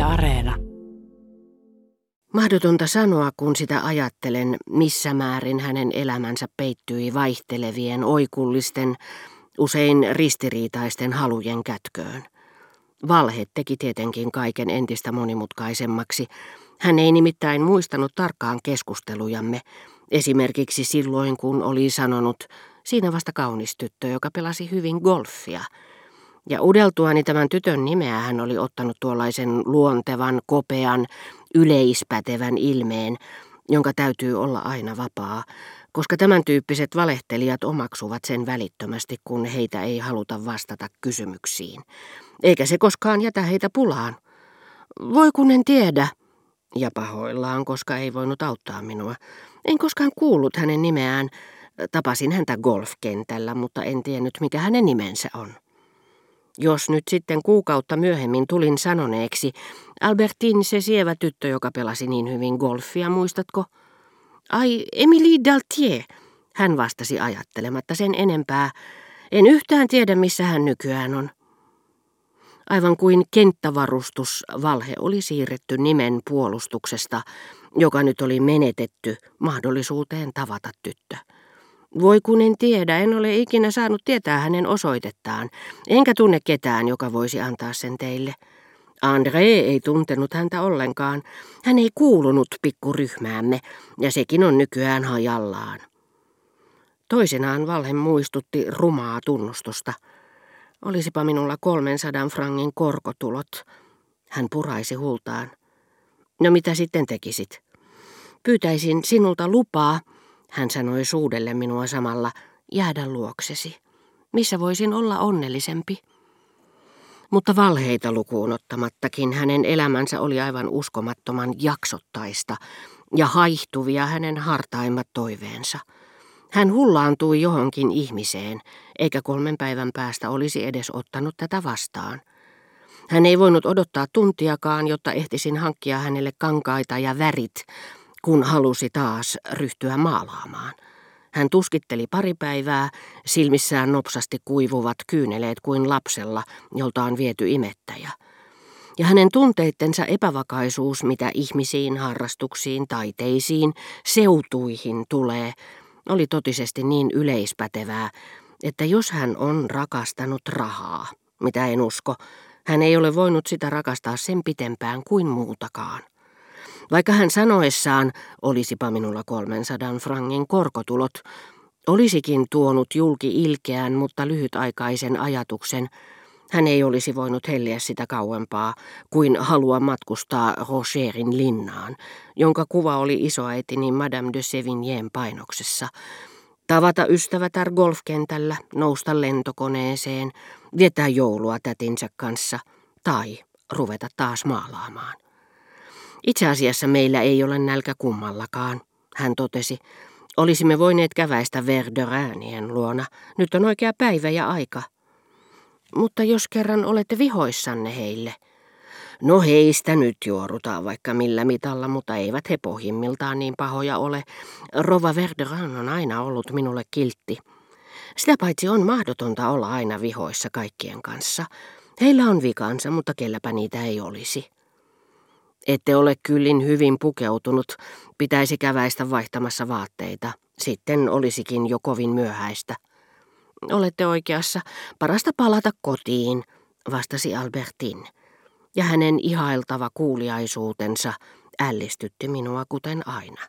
Areena. Mahdotonta sanoa, kun sitä ajattelen, missä määrin hänen elämänsä peittyi vaihtelevien, oikullisten, usein ristiriitaisten halujen kätköön. Valhe teki tietenkin kaiken entistä monimutkaisemmaksi. Hän ei nimittäin muistanut tarkkaan keskustelujamme, esimerkiksi silloin, kun oli sanonut, siinä vasta kaunis tyttö, joka pelasi hyvin golfia. Ja udeltuani tämän tytön nimeä hän oli ottanut tuollaisen luontevan, kopean, yleispätevän ilmeen, jonka täytyy olla aina vapaa, koska tämän tyyppiset valehtelijat omaksuvat sen välittömästi, kun heitä ei haluta vastata kysymyksiin. Eikä se koskaan jätä heitä pulaan. Voi kun en tiedä. Ja pahoillaan, koska ei voinut auttaa minua. En koskaan kuullut hänen nimeään. Tapasin häntä golfkentällä, mutta en tiennyt, mikä hänen nimensä on. Jos nyt sitten kuukautta myöhemmin tulin sanoneeksi, Albertine, se sievä tyttö, joka pelasi niin hyvin golfia, muistatko? Ai, Émilie Daltier, hän vastasi ajattelematta sen enempää. En yhtään tiedä, missä hän nykyään on. Aivan kuin kenttävarustus, valhe oli siirretty nimen puolustuksesta, joka nyt oli menetetty mahdollisuuteen tavata tyttö. Voi kun en tiedä, en ole ikinä saanut tietää hänen osoitettaan, enkä tunne ketään, joka voisi antaa sen teille. André ei tuntenut häntä ollenkaan, hän ei kuulunut pikkuryhmäämme, ja sekin on nykyään hajallaan. Toisenaan valhe muistutti rumaa tunnustusta. Olisipa minulla 300 frangin korkotulot. Hän puraisi huultaan. No mitä sitten tekisit? Pyytäisin sinulta lupaa, hän sanoi suudelle minua samalla, jäädä luoksesi. Missä voisin olla onnellisempi? Mutta valheita lukuun ottamattakin hänen elämänsä oli aivan uskomattoman jaksottaista ja haihtuvia hänen hartaimmat toiveensa. Hän hullaantui johonkin ihmiseen, eikä 3 päivän päästä olisi edes ottanut tätä vastaan. Hän ei voinut odottaa tuntiakaan, jotta ehtisin hankkia hänelle kankaita ja värit, kun halusi taas ryhtyä maalaamaan. Hän tuskitteli 2 päivää, silmissään nopsasti kuivuvat kyyneleet kuin lapsella, jolta on viety imettäjä. Ja hänen tunteittensa epävakaisuus, mitä ihmisiin, harrastuksiin, taiteisiin, seutuihin tulee, oli totisesti niin yleispätevää, että jos hän on rakastanut rahaa, mitä en usko, hän ei ole voinut sitä rakastaa sen pitempään kuin muutakaan. Vaikka hän sanoessaan, olisipa minulla 300 frangin korkotulot, olisikin tuonut julki ilkeän, mutta lyhytaikaisen ajatuksen, hän ei olisi voinut helliä sitä kauempaa kuin halua matkustaa Rocherin linnaan, jonka kuva oli isoäitini Madame de Sévignén painoksessa, tavata ystävätär golfkentällä, nousta lentokoneeseen, viettää joulua tätinsä kanssa tai ruveta taas maalaamaan. Itse asiassa meillä ei ole nälkä kummallakaan, hän totesi. Olisimme voineet käväistä Verderäänien luona. Nyt on oikea päivä ja aika. Mutta jos kerran olette vihoissanne heille. No heistä nyt juorutaan vaikka millä mitalla, mutta eivät he pohjimmiltaan niin pahoja ole. Rova Verderään on aina ollut minulle kiltti. Sitä paitsi on mahdotonta olla aina vihoissa kaikkien kanssa. Heillä on vikansa, mutta kelläpä niitä ei olisi. Ette ole kyllin hyvin pukeutunut, pitäisi käväistä vaihtamassa vaatteita. Sitten olisikin jo kovin myöhäistä. Olette oikeassa, parasta palata kotiin, vastasi Albertine. Ja hänen ihailtava kuuliaisuutensa ällistytti minua kuten aina.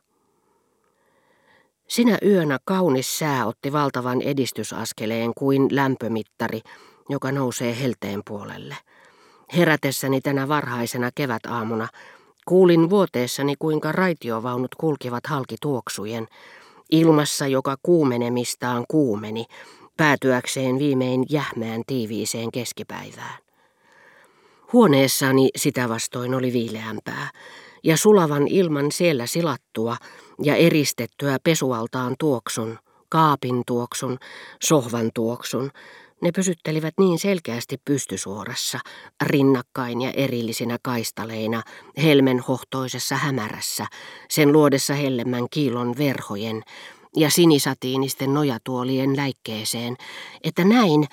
Sinä yönä kaunis sää otti valtavan edistysaskeleen kuin lämpömittari, joka nousee helteen puolelle. Herätessäni tänä varhaisena kevätaamuna kuulin vuoteessani, kuinka raitiovaunut kulkivat halki tuoksujen, ilmassa, joka kuumenemistaan kuumeni, päätyäkseen viimein jähmään tiiviiseen keskipäivään. Huoneessani sitä vastoin oli viileämpää, ja sulavan ilman siellä silattua ja eristettyä pesualtaan tuoksun, kaapin tuoksun, sohvan tuoksun, ne pysyttelivät niin selkeästi pystysuorassa, rinnakkain ja erillisinä kaistaleina, helmenhohtoisessa hämärässä, sen luodessa hellemmän kiilon verhojen ja sinisatiinisten nojatuolien läikkeeseen, että näin,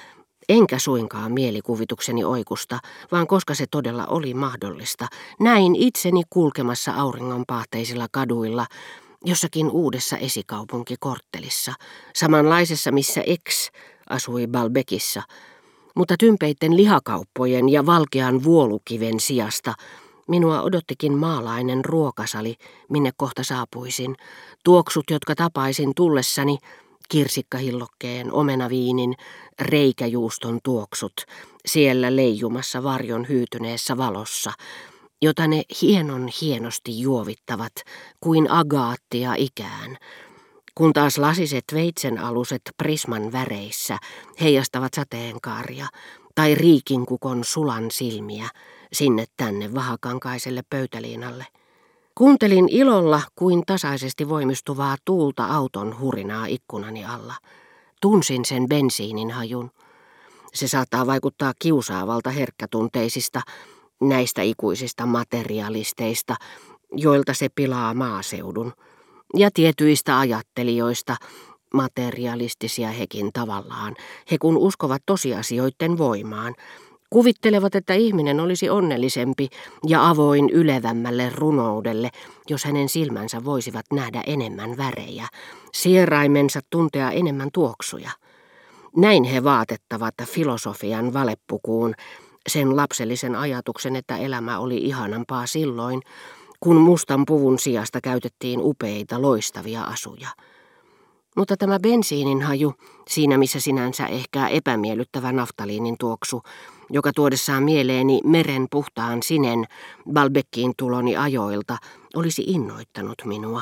Enkä suinkaan mielikuvitukseni oikusta, vaan koska se todella oli mahdollista, näin itseni kulkemassa auringonpahteisilla kaduilla, jossakin uudessa esikaupunkikorttelissa, samanlaisessa missä X asui Balbekissa, mutta tympeitten lihakauppojen ja valkean vuolukiven sijasta minua odottikin maalainen ruokasali, minne kohta saapuisin, tuoksut, jotka tapaisin tullessani, kirsikkahillokkeen, omenaviinin, reikäjuuston tuoksut, siellä leijumassa varjon hyytyneessä valossa, jota ne hienosti juovittavat kuin agaattia ikään, kun taas lasiset veitsenaluset prisman väreissä heijastavat sateenkaaria tai riikinkukon sulan silmiä sinne tänne vahakankaiselle pöytäliinalle. Kuuntelin ilolla kuin tasaisesti voimistuvaa tuulta auton hurinaa ikkunani alla. Tunsin sen bensiinin hajun. Se saattaa vaikuttaa kiusaavalta herkkätunteisista, näistä ikuisista materialisteista, joilta se pilaa maaseudun, ja tietyistä ajattelijoista, materialistisia hekin tavallaan, he kun uskovat tosiasioiden voimaan, kuvittelevat, että ihminen olisi onnellisempi ja avoin ylevämmälle runoudelle, jos hänen silmänsä voisivat nähdä enemmän värejä, sieraimensa tuntea enemmän tuoksuja. Näin he vaatettavat filosofian valepukuun sen lapsellisen ajatuksen, että elämä oli ihanampaa silloin, kun mustan puvun sijasta käytettiin upeita, loistavia asuja. Mutta tämä bensiinin haju, siinä missä sinänsä ehkä epämiellyttävä naftaliinin tuoksu, joka tuodessaan mieleeni meren puhtaan sinen Balbekkiin tuloni ajoilta, olisi innoittanut minua.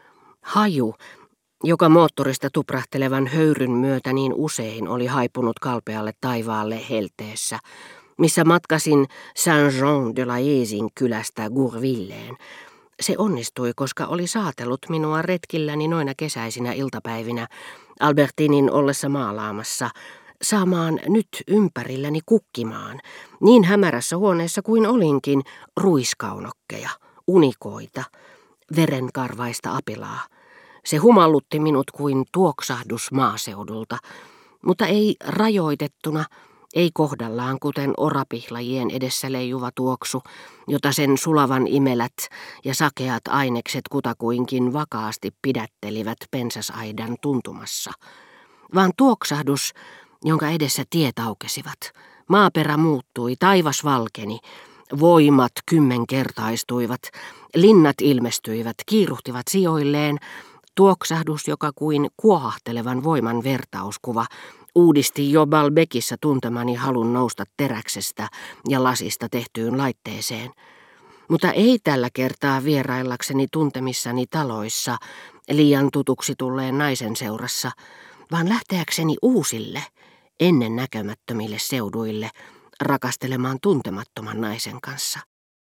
Haju, joka moottorista tuprahtelevan höyryn myötä niin usein oli haipunut kalpealle taivaalle helteessä, missä matkasin Saint-Jean-de-la-Esin kylästä Gourvilleen. Se onnistui, koska oli saatellut minua retkilläni noina kesäisinä iltapäivinä Albertinin ollessa maalaamassa, saamaan nyt ympärilläni kukkimaan, niin hämärässä huoneessa kuin olinkin, ruiskaunokkeja, unikoita, verenkarvaista apilaa. Se humallutti minut kuin tuoksahdus maaseudulta, mutta ei rajoitettuna, ei kohdallaan kuten orapihlajien edessä leijuva tuoksu, jota sen sulavan imelät ja sakeat ainekset kutakuinkin vakaasti pidättelivät pensasaidan tuntumassa, vaan tuoksahdus, jonka edessä tiet aukesivat. Maaperä muuttui, taivas valkeni, voimat kymmenkertaistuivat, linnat ilmestyivät, kiiruhtivat sijoilleen, tuoksahdus, joka kuin kuohahtelevan voiman vertauskuva, uudisti jo Balbekissa tuntemani halun nousta teräksestä ja lasista tehtyyn laitteeseen. Mutta ei tällä kertaa vieraillakseni tuntemissani taloissa liian tutuksi tulleen naisen seurassa, vaan lähteäkseni uusille, ennen näkemättömille seuduille, rakastelemaan tuntemattoman naisen kanssa.